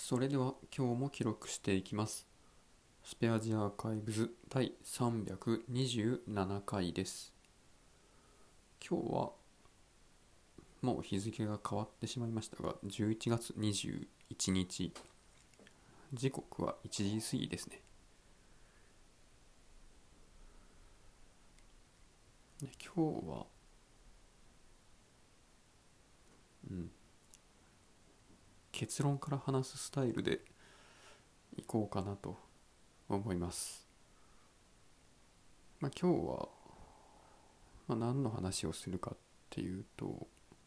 それでは今日も記録していきます。スペアジアーカイブズ第327回です。今日はもう日付が変わってしまいましたが、11月21日、時刻は1時過ぎですね。今日は、結論から話すスタイルでいこうかなと思います。今日は、何の話をするかっていうと、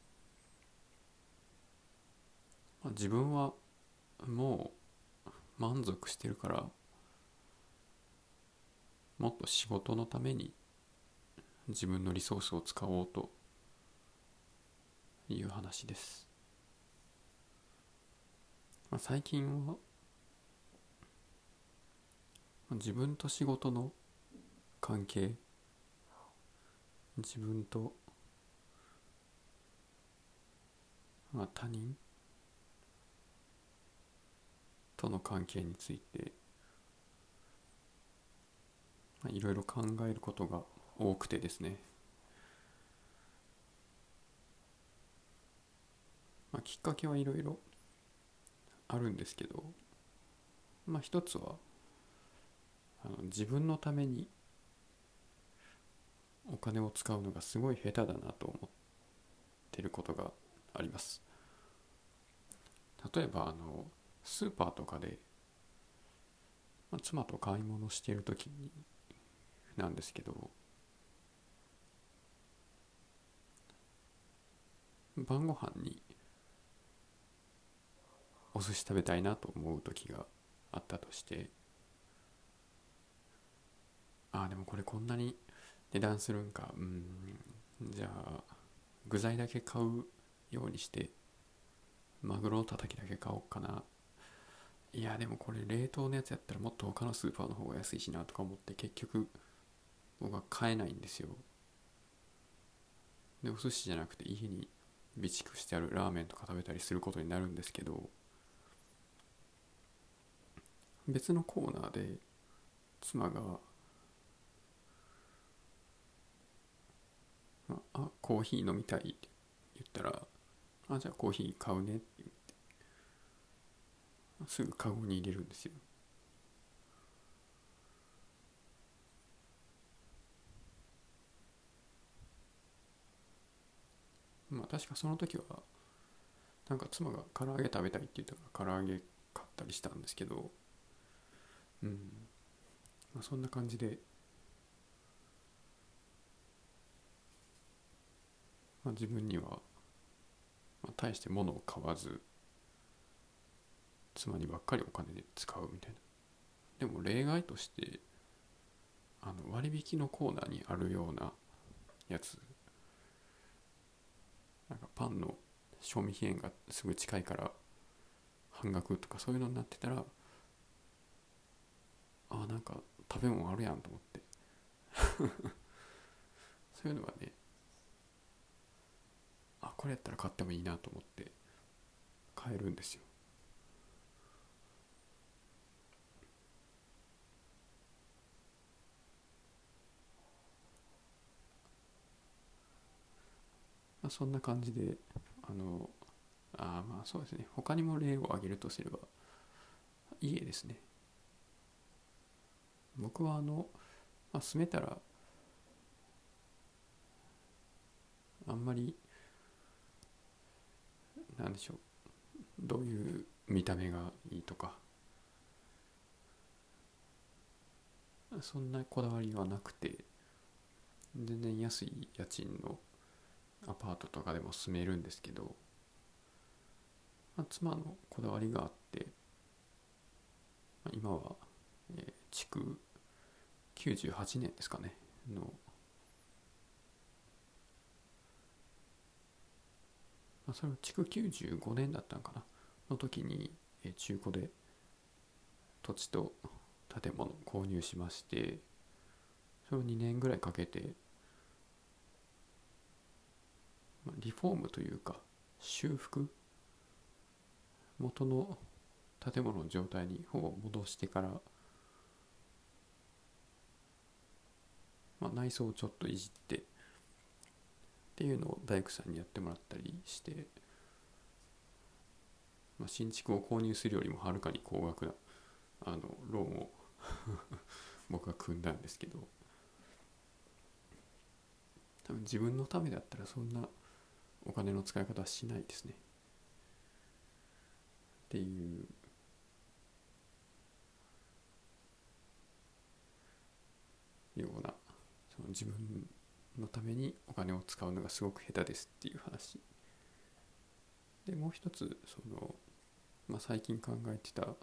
自分はもう満足してるからもっと仕事のために自分のリソースを使おうという話です。最近は自分と仕事の関係、自分と他人との関係についていろいろ考えることが多くてですね、きっかけはいろいろあるんですけど、一つは自分のためにお金を使うのがすごい下手だなと思ってることがあります。例えばスーパーとかで、妻と買い物している時になんですけど、晩ご飯にお寿司食べたいなと思う時があったとして、でもこれこんなに値段するんか、じゃあ具材だけ買うようにしてマグロのたたきだけ買おうかな。いやでもこれ冷凍のやつやったらもっと他のスーパーの方が安いしなとか思って、結局僕は買えないんですよ。でお寿司じゃなくて家に備蓄してあるラーメンとか食べたりすることになるんですけど、別のコーナーで妻がコーヒー飲みたいって言ったら、じゃあコーヒー買うねって言ってすぐカゴに入れるんですよ。確かその時はなんか妻が唐揚げ食べたいって言ったから唐揚げ買ったりしたんですけど、うん、そんな感じで、自分には、大して物を買わず妻にばっかりお金で使うみたいな。でも例外として割引のコーナーにあるようなやつ、なんかパンの賞味期限がすぐ近いから半額とかそういうのになってたら、なんか食べ物あるやんと思って、そういうのはね、これやったら買ってもいいなと思って買えるんですよ。そんな感じでそうですね、他にも例を挙げるとすれば家ですね。僕は住めたらあんまりなんでしょう、どういう見た目がいいとかそんなこだわりはなくて、全然安い家賃のアパートとかでも住めるんですけど、妻のこだわりがあって、今は、築98年ですかねの、それは築95年だったのかなの時に、中古で土地と建物を購入しまして、それを2年ぐらいかけて、リフォームというか修復、元の建物の状態にほぼ戻してから、内装をちょっといじってっていうのを大工さんにやってもらったりして、新築を購入するよりもはるかに高額なローンを僕は組んだんですけど、多分自分のためだったらそんなお金の使い方はしないですねっていうような、その自分のためにお金を使うのがすごく下手ですっていう話で、もう一つ最近考えてた、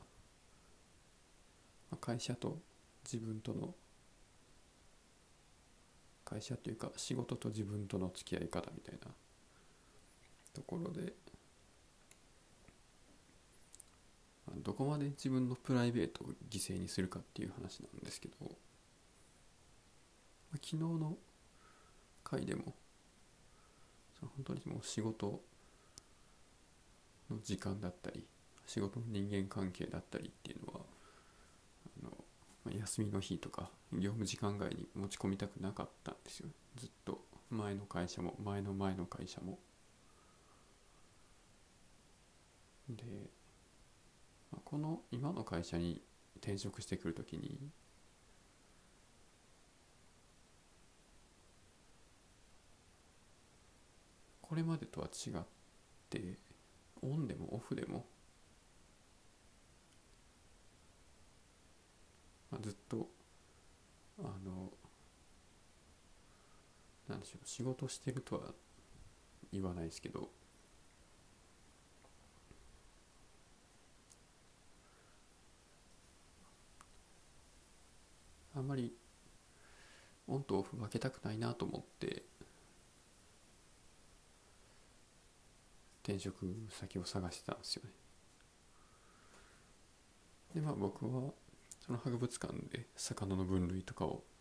会社と自分との会社というか仕事と自分との付き合い方みたいなところで、どこまで自分のプライベートを犠牲にするかっていう話なんですけど、昨日の回でも本当にもう仕事の時間だったり仕事の人間関係だったりっていうのは休みの日とか業務時間外に持ち込みたくなかったんですよ。ずっと前の会社も前の前の会社もで、この今の会社に転職してくるときにこれまでとは違ってオンでもオフでも、ずっとなんでしょう、仕事してるとは言わないですけど、あんまりオンとオフ分けたくないなと思って転職先を探してたんですよね。で僕はその博物館で魚の分類とかを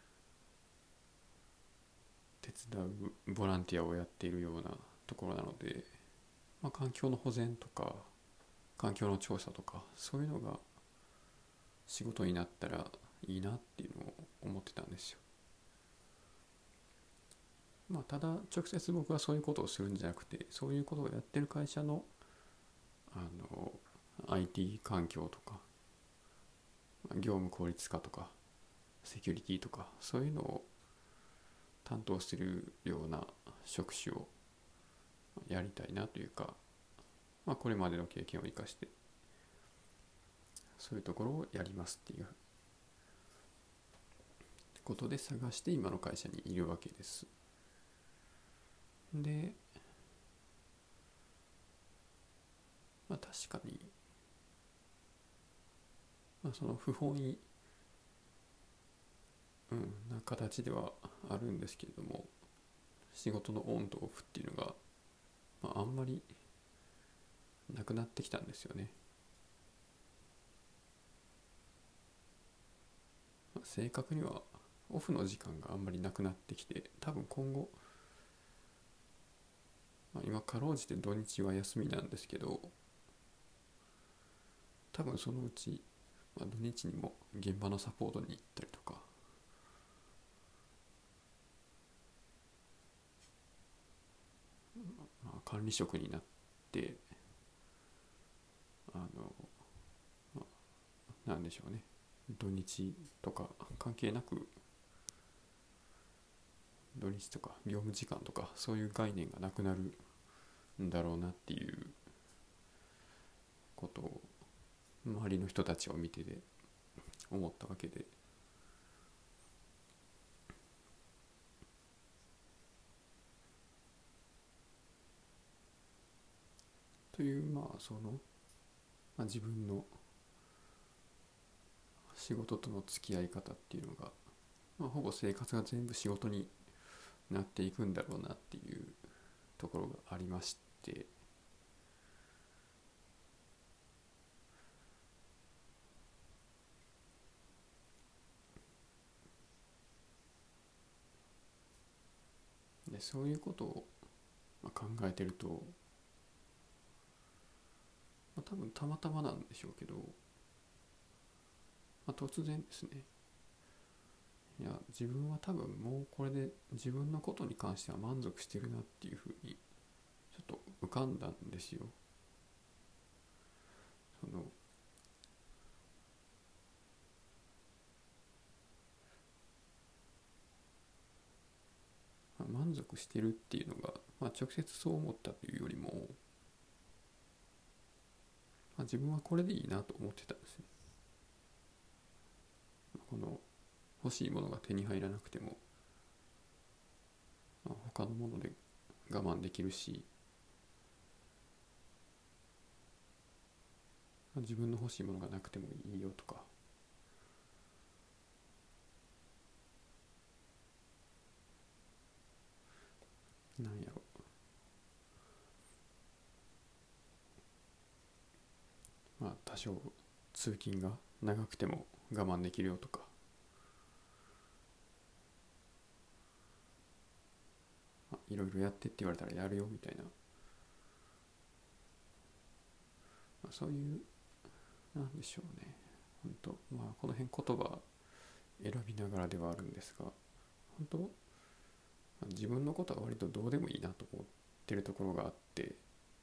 手伝うボランティアをやっているようなところなので、環境の保全とか環境の調査とかそういうのが仕事になったらいいなっていうのを思ってたんですよ。ただ直接僕はそういうことをするんじゃなくて、そういうことをやってる会社のIT 環境とか業務効率化とかセキュリティとかそういうのを担当するような職種をやりたいなというか、これまでの経験を生かしてそういうところをやりますっていうことで探して今の会社にいるわけです。で、確かに、その不本意、な形ではあるんですけれども、仕事のオンとオフっていうのが、あんまりなくなってきたんですよね。正確にはオフの時間があんまりなくなってきて、多分今後、今かろうじて土日は休みなんですけど、多分そのうち、土日にも現場のサポートに行ったりとか、管理職になってなんでしょうね、土日とか関係なく土日とか業務時間とかそういう概念がなくなるんだろうなっていうことを周りの人たちを見てて思ったわけで、という自分の仕事との付き合い方っていうのが、ほぼ生活が全部仕事になっていくんだろうなっていうところがありまして、でそういうことを考えてると、 多分たまたまなんでしょうけど、突然ですね、いや自分は多分もうこれで自分のことに関しては満足してるなっていうふうにちょっと浮かんだんですよ。その満足してるっていうのが、直接そう思ったというよりも、自分はこれでいいなと思ってたんですね。この欲しいものが手に入らなくても、他のもので我慢できるし、自分の欲しいものがなくてもいいよとか、なんやろ、多少通勤が長くても我慢できるよとか、いろいろやってって言われたらやるよみたいな、そういう、なんでしょうね、本当この辺言葉選びながらではあるんですが、本当自分のことは割とどうでもいいなと思ってるところがあって、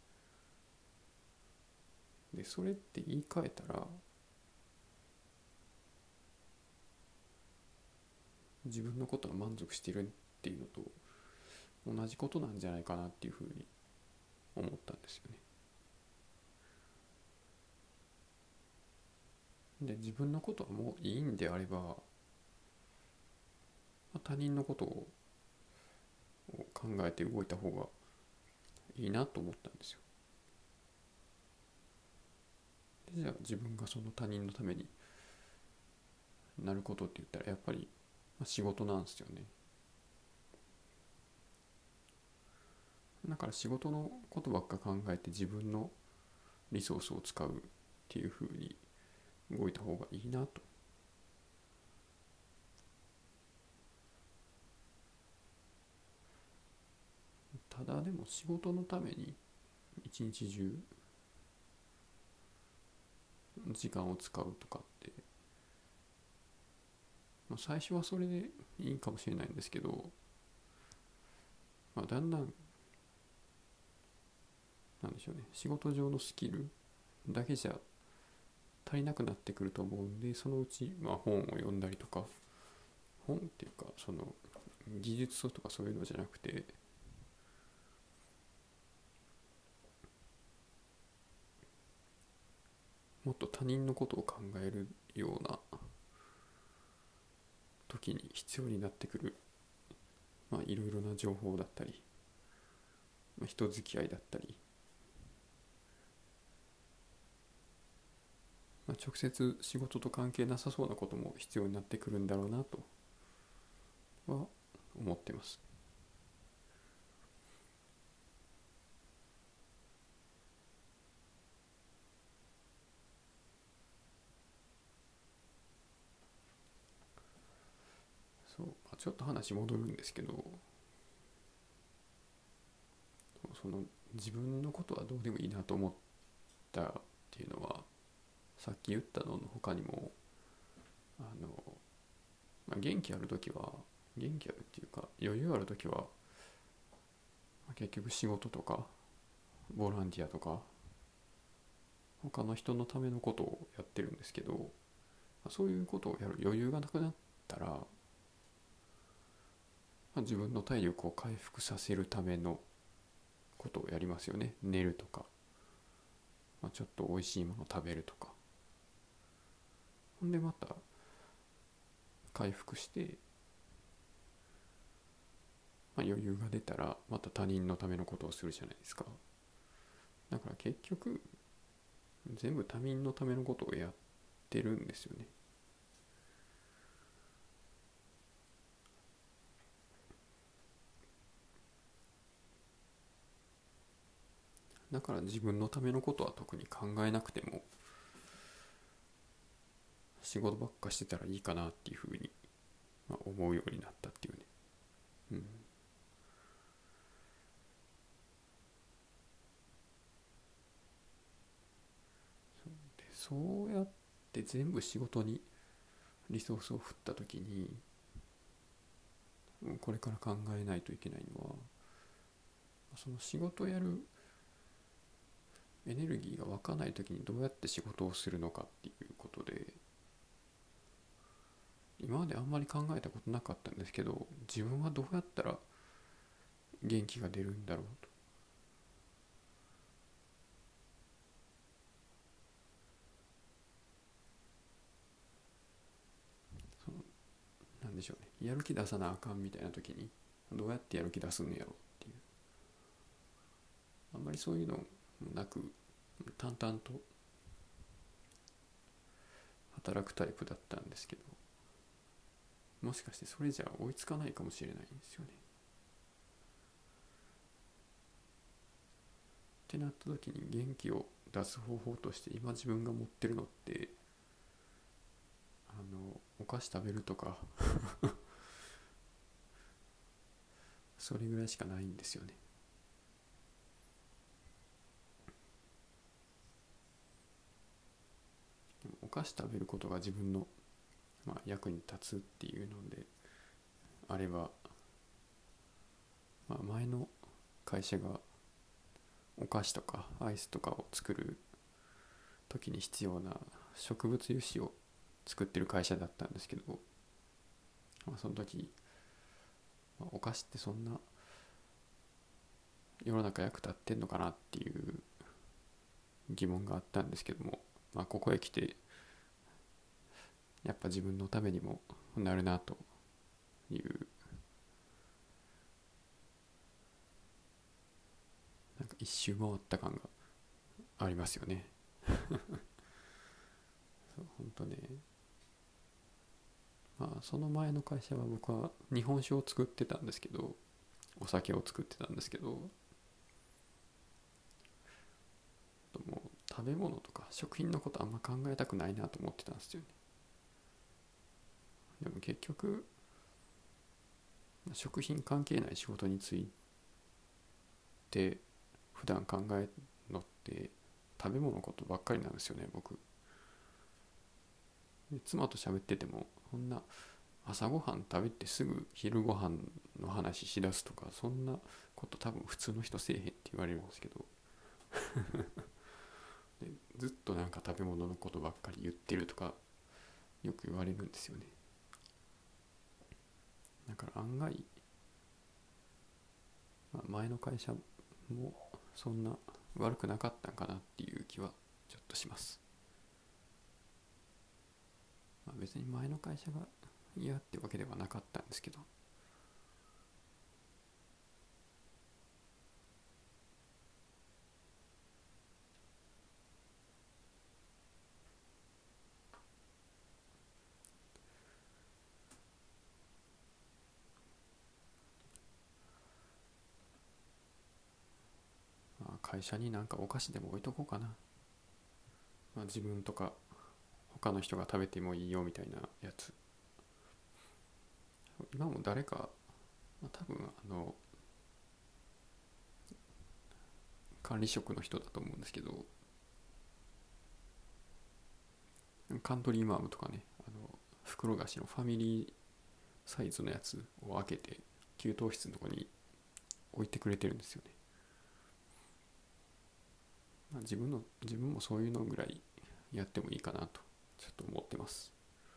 でそれって言い換えたら自分のことは満足してるっていうのと同じことなんじゃないかなっていうふうに思ったんですよね。で自分のことはもういいんであれば、他人のことを考えて動いた方がいいなと思ったんですよ。でじゃあ自分がその他人のためになることって言ったらやっぱり仕事なんですよね。だから仕事のことばっか考えて自分のリソースを使うっていう風に動いた方がいいなと。ただでも仕事のために一日中時間を使うとかって、最初はそれでいいかもしれないんですけど、だんだんなんでしょうね、仕事上のスキルだけじゃ足りなくなってくると思うんで、そのうち本を読んだりとか、本っていうかその技術書とかそういうのじゃなくて、もっと他人のことを考えるような時に必要になってくる、いろいろな情報だったり、人付き合いだったり、直接仕事と関係なさそうなことも必要になってくるんだろうなとは思ってます。そう、ちょっと話戻るんですけど、その自分のことはどうでもいいなと思ったっていうのは、さっき言ったのの他にも、元気ある時は、元気あるっていうか余裕ある時は、結局仕事とかボランティアとか他の人のためのことをやってるんですけど、そういうことをやる余裕がなくなったら、自分の体力を回復させるためのことをやりますよね。寝るとか、ちょっと美味しいものを食べるとか。ほんでまた回復して、余裕が出たらまた他人のためのことをするじゃないですか。だから結局全部他人のためのことをやってるんですよね。だから自分のためのことは特に考えなくても仕事ばっかしてたらいいかなっていうふうに思うようになったっていうね。うん。 そうやって全部仕事にリソースを振った時に、これから考えないといけないのは、その仕事をやるエネルギーが湧かない時にどうやって仕事をするのかっていうことで、今まであんまり考えたことなかったんですけど、自分はどうやったら元気が出るんだろうと。そのなんでしょうね、やる気出さなあかんみたいな時にどうやってやる気出すんやろうっていう、あんまりそういうのもなく淡々と働くタイプだったんですけど、もしかしてそれじゃ追いつかないかもしれないんですよね。ってなった時に元気を出す方法として今自分が持ってるのって、お菓子食べるとかそれぐらいしかないんですよね。でもお菓子食べることが自分の、役に立つっていうのであれば、前の会社がお菓子とかアイスとかを作る時に必要な植物油脂を作ってる会社だったんですけど、その時、お菓子ってそんな世の中役立ってんのかなっていう疑問があったんですけども、ここへ来てやっぱ自分のためにもなるなという、なんか一周回った感がありますよね。そう本当ね。その前の会社は僕は日本酒を作ってたんですけど、お酒を作ってたんですけど、もう食べ物とか食品のことあんま考えたくないなと思ってたんですよね。でも結局食品関係ない仕事について普段考えるのって食べ物のことばっかりなんですよね。僕妻と喋ってても、そんな朝ごはん食べてすぐ昼ごはんの話しだすとか、そんなこと多分普通の人せえへんって言われるんですけどでずっとなんか食べ物のことばっかり言ってるとかよく言われるんですよね。だから案外、前の会社もそんな悪くなかったんかなっていう気はちょっとします。別に前の会社が嫌ってわけではなかったんですけど、会社になんかお菓子でも置いとこうかな、自分とか他の人が食べてもいいよみたいなやつ。今も誰か、多分管理職の人だと思うんですけど、カントリーマームとかね、袋菓子のファミリーサイズのやつを開けて給湯室のとこに置いてくれてるんですよね。自分もそういうのぐらいやってもいいかなとちょっと思ってます。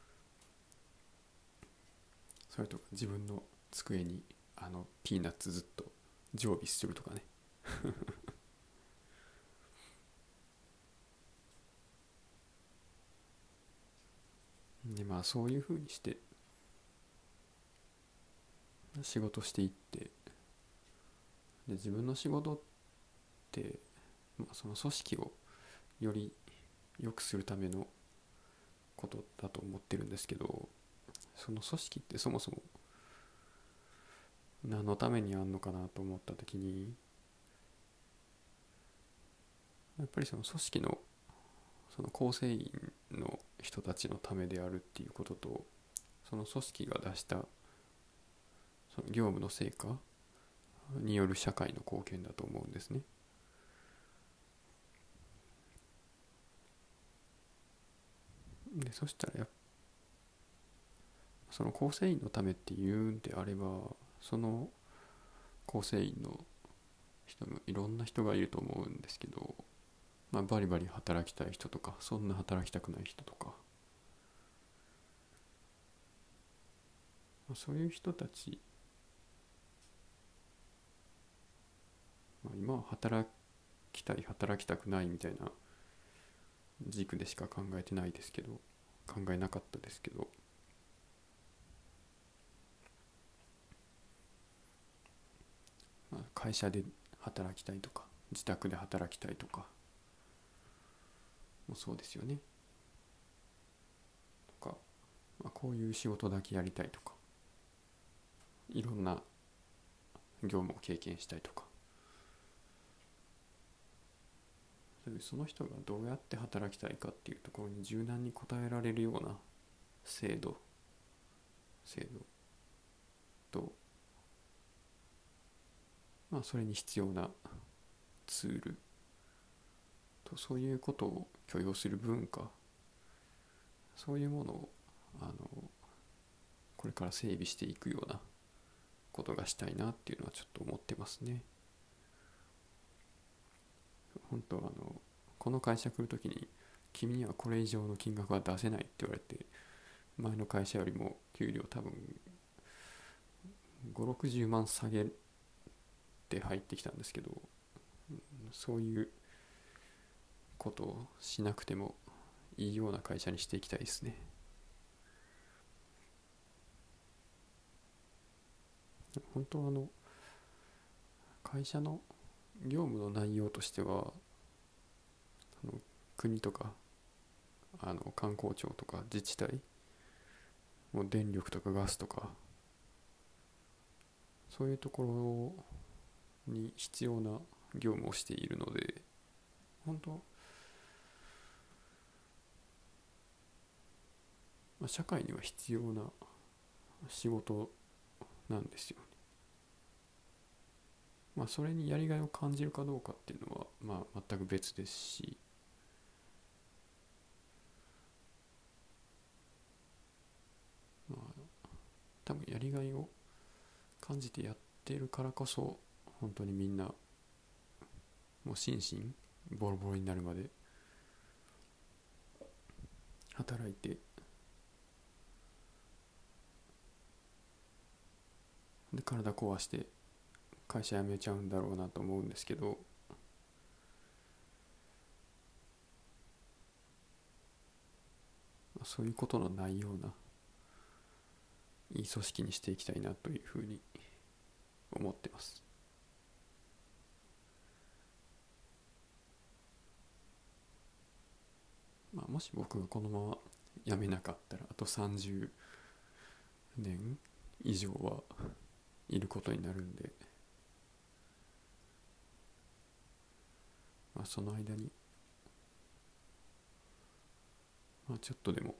それとか自分の机にピーナッツずっと常備するとかねでそういう風にして仕事していって、で自分の仕事って、その組織をより良くするためのことだと思ってるんですけど、その組織ってそもそも何のためにあんのかなと思った時に、やっぱりその組織のその構成員の人たちのためであるっていうことと、その組織が出したその業務の成果による社会の貢献だと思うんですね。 でそしたらその構成員のためっていうんであれば、その構成員の人もいろんな人がいると思うんですけど、バリバリ働きたい人とか、そんな働きたくない人とか、そういう人たち、今は働きたい働きたくないみたいな軸でしか考えてないですけど、考えなかったですけど、会社で働きたいとか自宅で働きたいとかもそうですよね。とか、こういう仕事だけやりたいとか、いろんな業務を経験したいとか、その人がどうやって働きたいかっていうところに柔軟に応えられるような制度と、それに必要なツールと、そういうことを許容する文化、そういうものをこれから整備していくようなことがしたいなっていうのはちょっと思ってますね。本当この会社来るときに君にはこれ以上の金額は出せないって言われて、前の会社よりも給料多分5、60万下げて入ってきたんですけど、そういうことをしなくてもいいような会社にしていきたいですね。本当会社の業務の内容としては、国とか観光庁とか自治体、もう電力とかガスとか、そういうところに必要な業務をしているので、本当、社会には必要な仕事なんですよね。それにやりがいを感じるかどうかっていうのは全く別ですし、多分やりがいを感じてやってるからこそ、本当にみんなもう心身ボロボロになるまで働いて、で体壊して会社辞めちゃうんだろうなと思うんですけど、そういうことのないようないい組織にしていきたいなというふうに思ってます。もし僕がこのまま辞めなかったら、あと30年以上はいることになるんで、その間にちょっとでも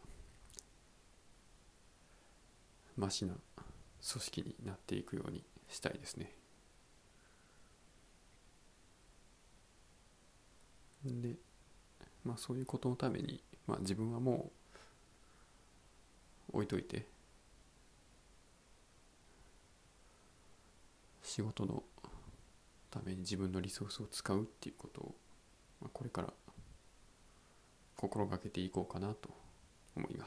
マシな組織になっていくようにしたいですね。で、そういうことのために、自分はもう置いといて、仕事のために自分のリソースを使うっていうことを、これから心がけていこうかなと思います。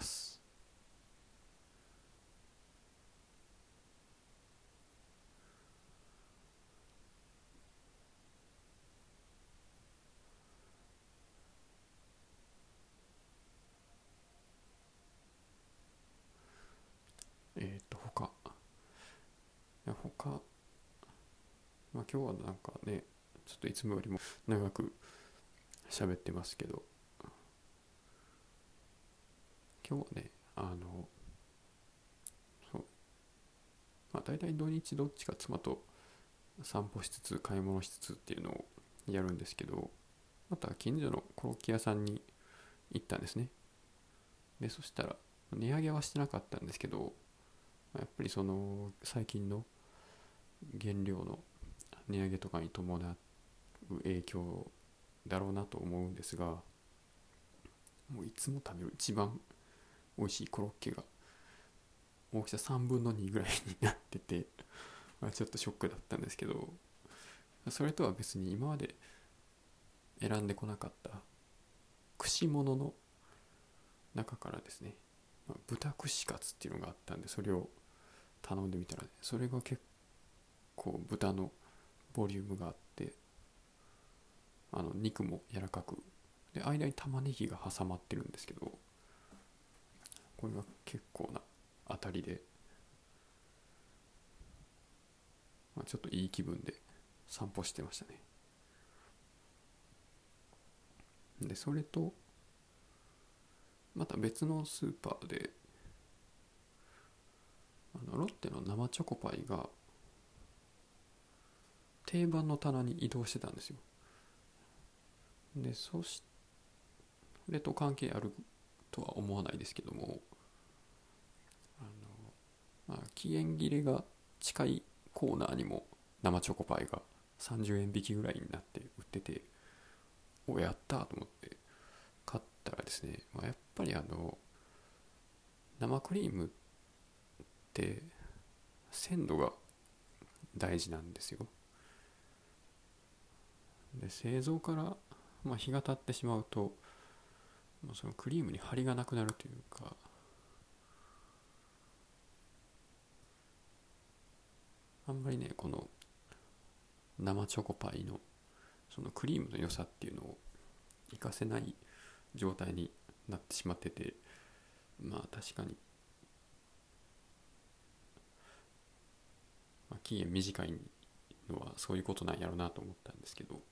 他、今日はなんかね、ちょっといつもよりも長く喋ってますけど、今日はね、そう、大体土日どっちか妻と散歩しつつ買い物しつつっていうのをやるんですけど、また近所のコロッケ屋さんに行ったんですね。でそしたら値上げはしてなかったんですけど、やっぱりその最近の原料の値上げとかに伴う影響だろうなと思うんですが、もういつも食べる一番美味しいコロッケが大きさ3分の2ぐらいになってて、ちょっとショックだったんですけど、それとは別に今まで選んでこなかった串物の中からですね、豚串カツっていうのがあったんで、それを頼んでみたら、ね、それが結構豚のボリュームがあって、肉も柔らかくで、間に玉ねぎが挟まってるんですけど、これが結構な当たりで、ちょっといい気分で散歩してましたね。でそれとまた別のスーパーでロッテの生チョコパイが定番の棚に移動してたんですよ。でそれと関係あるとは思わないですけども、期限切れが近いコーナーにも生チョコパイが30円引きぐらいになって売ってて、やったと思って買ったらですね、やっぱり生クリームって鮮度が大事なんですよ。で製造から、日が経ってしまうと、そのクリームに張りがなくなるというか、あんまりね、この生チョコパイのそのクリームの良さっていうのを活かせない状態になってしまってて、確かに、期限短いのはそういうことなんやろうなと思ったんですけど、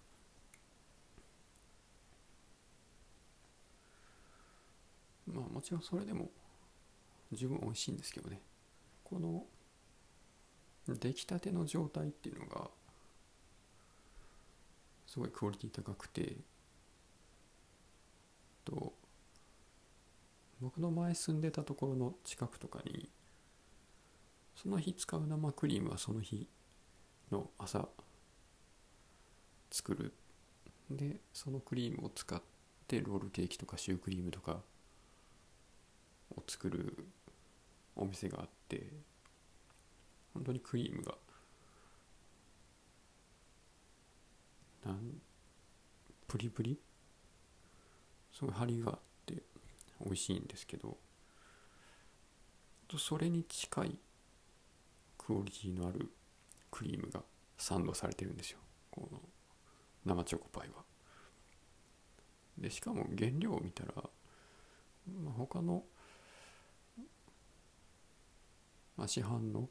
もちろんそれでも十分美味しいんですけどね、この出来たての状態っていうのがすごいクオリティ高くて、僕の前住んでたところの近くとかに、その日使う生クリームはその日の朝作る。でそのクリームを使ってロールケーキとかシュークリームとかを作るお店があって、本当にクリームがプリプリ、すごい張りがあって美味しいんですけど、それに近いクオリティのあるクリームがサンドされてるんですよ、この生チョコパイは。でしかも原料を見たら、他の、市販の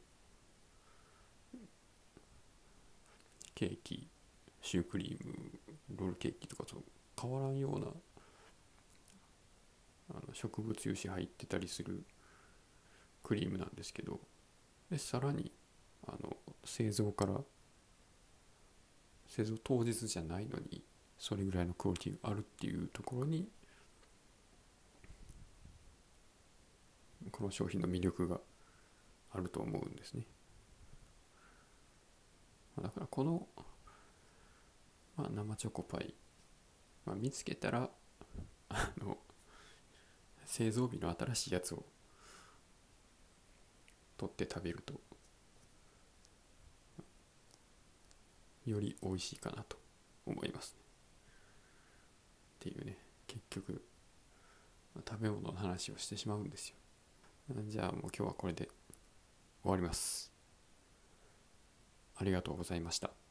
ケーキ、シュークリーム、ロールケーキとかと変わらんような植物油脂入ってたりするクリームなんですけど、でさらに製造当日じゃないのにそれぐらいのクオリティがあるっていうところに、この商品の魅力があると思うんですね。だからこの、生チョコパイ、見つけたら製造日の新しいやつを取って食べるとより美味しいかなと思いますね。っていうね、結局食べ物の話をしてしまうんですよ。じゃあもう今日はこれで終わります。ありがとうございました。